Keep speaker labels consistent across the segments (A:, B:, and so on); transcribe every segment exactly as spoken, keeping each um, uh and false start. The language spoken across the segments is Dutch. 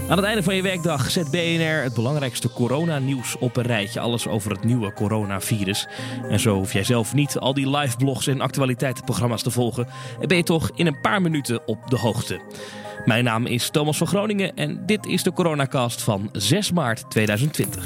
A: Aan het einde van je werkdag zet B N R het belangrijkste coronanieuws op een rijtje. Alles over het nieuwe coronavirus. En zo hoef jij zelf niet al die live blogs en actualiteitenprogramma's te volgen. En ben je toch in een paar minuten op de hoogte. Mijn naam is Thomas van Groningen en dit is de Coronacast van zes maart tweeduizend twintig.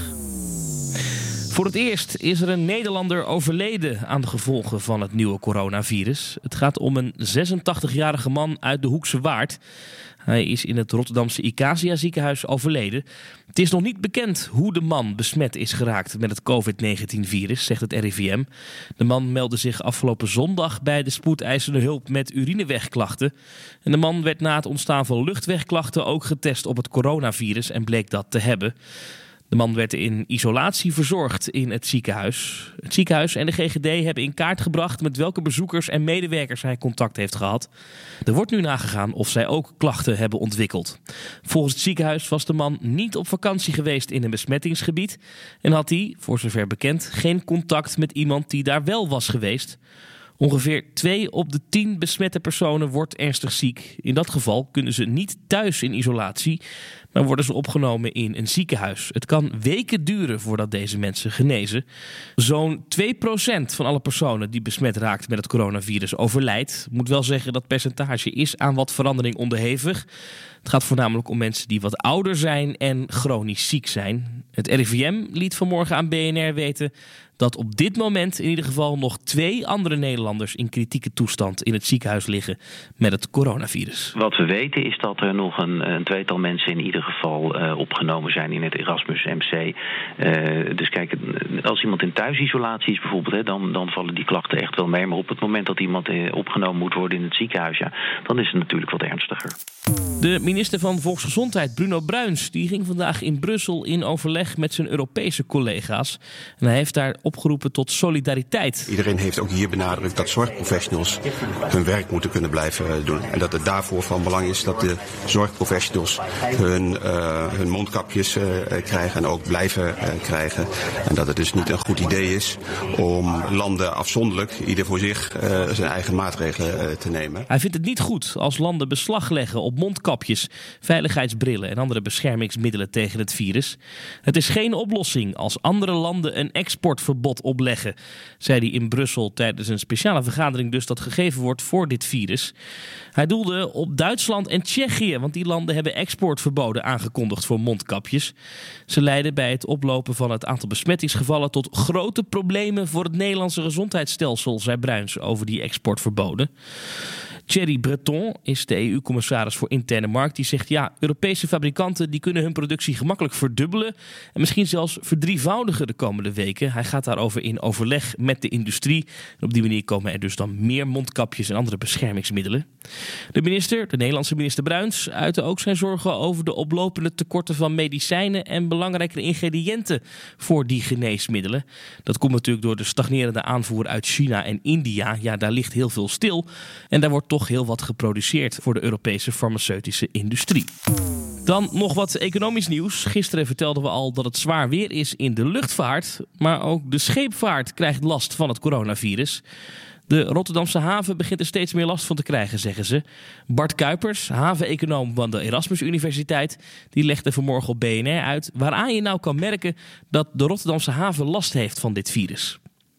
A: Voor het eerst is er een Nederlander overleden aan de gevolgen van het nieuwe coronavirus. Het gaat om een zesentachtigjarige man uit de Hoekse Waard. Hij is in het Rotterdamse Icacia ziekenhuis overleden. Het is nog niet bekend hoe de man besmet is geraakt met het covid negentien virus, zegt het R I V M. De man meldde zich afgelopen zondag bij de spoedeisende hulp met urinewegklachten. En de man werd na het ontstaan van luchtwegklachten ook getest op het coronavirus en bleek dat te hebben. De man werd in isolatie verzorgd in het ziekenhuis. Het ziekenhuis en de G G D hebben in kaart gebracht met welke bezoekers en medewerkers hij contact heeft gehad. Er wordt nu nagegaan of zij ook klachten hebben ontwikkeld. Volgens het ziekenhuis was de man niet op vakantie geweest in een besmettingsgebied en had hij, voor zover bekend, geen contact met iemand die daar wel was geweest. Ongeveer twee op de tien besmette personen wordt ernstig ziek. In dat geval kunnen ze niet thuis in isolatie, maar worden ze opgenomen in een ziekenhuis. Het kan weken duren voordat deze mensen genezen. Zo'n twee procent van alle personen die besmet raakt met het coronavirus overlijdt. Ik moet wel zeggen dat percentage is aan wat verandering onderhevig. Het gaat voornamelijk om mensen die wat ouder zijn en chronisch ziek zijn. Het R I V M liet vanmorgen aan B N R weten dat op dit moment in ieder geval nog twee andere Nederlanders in kritieke toestand in het ziekenhuis liggen met het coronavirus.
B: Wat we weten is dat er nog een, een tweetal mensen in ieder geval uh, opgenomen zijn in het Erasmus M C. Uh, dus kijk, als iemand in thuisisolatie is bijvoorbeeld, hè, dan, dan vallen die klachten echt wel mee. Maar op het moment dat iemand uh, opgenomen moet worden in het ziekenhuis, ja, dan is het natuurlijk wat ernstiger.
A: De minister van Volksgezondheid, Bruno Bruins, die ging vandaag in Brussel in overleg met zijn Europese collega's. En hij heeft daar opgeroepen tot solidariteit.
C: Iedereen heeft ook hier benadrukt dat zorgprofessionals hun werk moeten kunnen blijven doen. En dat het daarvoor van belang is dat de zorgprofessionals hun, uh, hun mondkapjes uh, krijgen en ook blijven uh, krijgen. En dat het dus niet een goed idee is om landen afzonderlijk, ieder voor zich, uh, zijn eigen maatregelen uh, te nemen.
A: Hij vindt het niet goed als landen beslag leggen op mondkapjes, veiligheidsbrillen en andere beschermingsmiddelen tegen het virus. Het is geen oplossing als andere landen een exportverbod opleggen, zei hij in Brussel tijdens een speciale vergadering dus dat gegeven wordt voor dit virus. Hij doelde op Duitsland en Tsjechië, want die landen hebben exportverboden aangekondigd voor mondkapjes. Ze leiden bij het oplopen van het aantal besmettingsgevallen tot grote problemen voor het Nederlandse gezondheidsstelsel, zei Bruins over die exportverboden. Thierry Breton is de E U-commissaris voor interne markt. Die zegt, ja, Europese fabrikanten die kunnen hun productie gemakkelijk verdubbelen en misschien zelfs verdrievoudigen de komende weken. Hij gaat daarover in overleg met de industrie. En op die manier komen er dus dan meer mondkapjes en andere beschermingsmiddelen. De minister, de Nederlandse minister Bruins, uitte ook zijn zorgen over de oplopende tekorten van medicijnen en belangrijke ingrediënten voor die geneesmiddelen. Dat komt natuurlijk door de stagnerende aanvoer uit China en India. Ja, daar ligt heel veel stil en daar wordt toch heel wat geproduceerd voor de Europese farmaceutische industrie. Dan nog wat economisch nieuws. Gisteren vertelden we al dat het zwaar weer is in de luchtvaart, maar ook de scheepvaart krijgt last van het coronavirus. De Rotterdamse haven begint er steeds meer last van te krijgen, zeggen ze. Bart Kuipers, haveneconoom van de Erasmus Universiteit, die legde vanmorgen op B N R uit waaraan je nou kan merken dat de Rotterdamse haven last heeft van dit virus.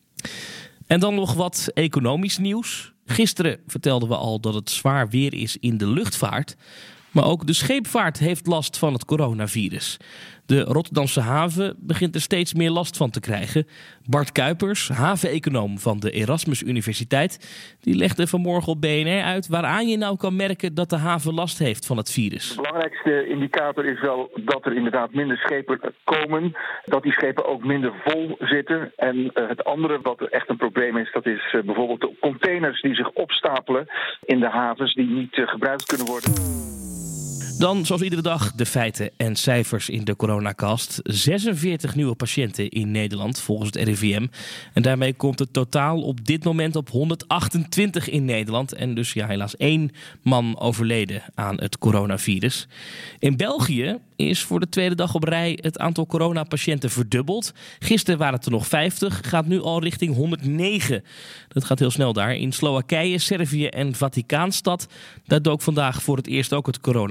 A: En dan nog wat economisch nieuws. Gisteren vertelden we al dat het zwaar weer is in de luchtvaart. Maar ook de scheepvaart heeft last van het coronavirus. De Rotterdamse haven begint er steeds meer last van te krijgen. Bart Kuipers, haveneconoom van de Erasmus Universiteit, die legde vanmorgen op B N R uit waaraan je nou kan merken dat de haven last heeft van het virus.
D: De belangrijkste indicator is wel dat er inderdaad minder schepen komen. Dat die schepen ook minder vol zitten. En uh, het andere wat er echt een probleem is, dat is uh, bijvoorbeeld de containers die zich opstapelen in de havens die niet uh, gebruikt kunnen worden.
A: Dan, zoals iedere dag, de feiten en cijfers in de Coronacast. zesenveertig nieuwe patiënten in Nederland, volgens het R I V M. En daarmee komt het totaal op dit moment op honderdachtentwintig in Nederland. En dus ja, helaas één man overleden aan het coronavirus. In België is voor de tweede dag op rij het aantal coronapatiënten verdubbeld. Gisteren waren het er nog vijftig, gaat nu al richting honderdnegen. Dat gaat heel snel daar. In Slowakije, Servië en Vaticaanstad, daar dook vandaag voor het eerst ook het coronavirus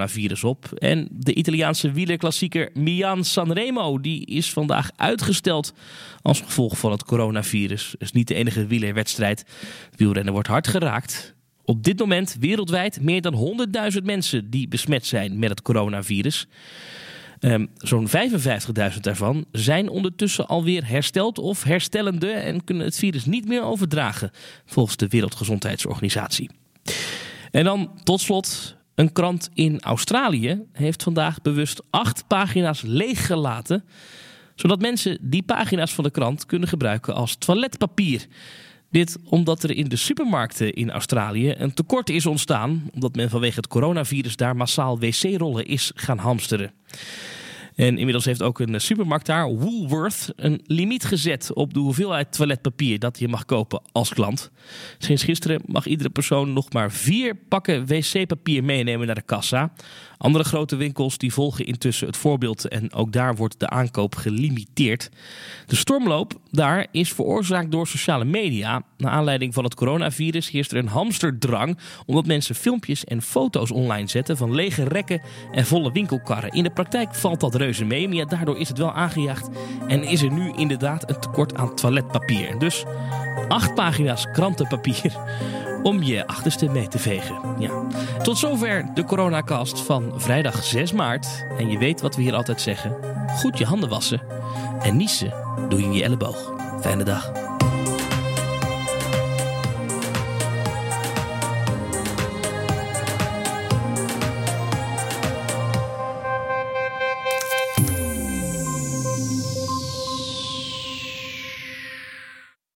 A: dus op. En de Italiaanse wielerklassieker Milan Sanremo die is vandaag uitgesteld als gevolg van het coronavirus. Het is niet de enige wielerwedstrijd. Het wielrennen wordt hard geraakt. Op dit moment wereldwijd meer dan honderdduizend mensen die besmet zijn met het coronavirus. Um, zo'n vijfenvijftigduizend daarvan zijn ondertussen alweer hersteld of herstellende en kunnen het virus niet meer overdragen, volgens de Wereldgezondheidsorganisatie. En dan tot slot, een krant in Australië heeft vandaag bewust acht pagina's leeggelaten, zodat mensen die pagina's van de krant kunnen gebruiken als toiletpapier. Dit omdat er in de supermarkten in Australië een tekort is ontstaan, omdat men vanwege het coronavirus daar massaal wc-rollen is gaan hamsteren. En inmiddels heeft ook een supermarkt daar, Woolworth, een limiet gezet op de hoeveelheid toiletpapier dat je mag kopen als klant. Sinds gisteren mag iedere persoon nog maar vier pakken wc-papier meenemen naar de kassa. Andere grote winkels die volgen intussen het voorbeeld en ook daar wordt de aankoop gelimiteerd. De stormloop daar is veroorzaakt door sociale media. Naar aanleiding van het coronavirus heerst er een hamsterdrang omdat mensen filmpjes en foto's online zetten van lege rekken en volle winkelkarren. In de praktijk valt dat reuze mee, maar ja, daardoor is het wel aangejaagd en is er nu inderdaad een tekort aan toiletpapier. Dus acht pagina's krantenpapier om je achterste mee te vegen. Ja. Tot zover de coronacast van vrijdag zes maart. En je weet wat we hier altijd zeggen. Goed je handen wassen. En niezen doe je in je elleboog. Fijne dag.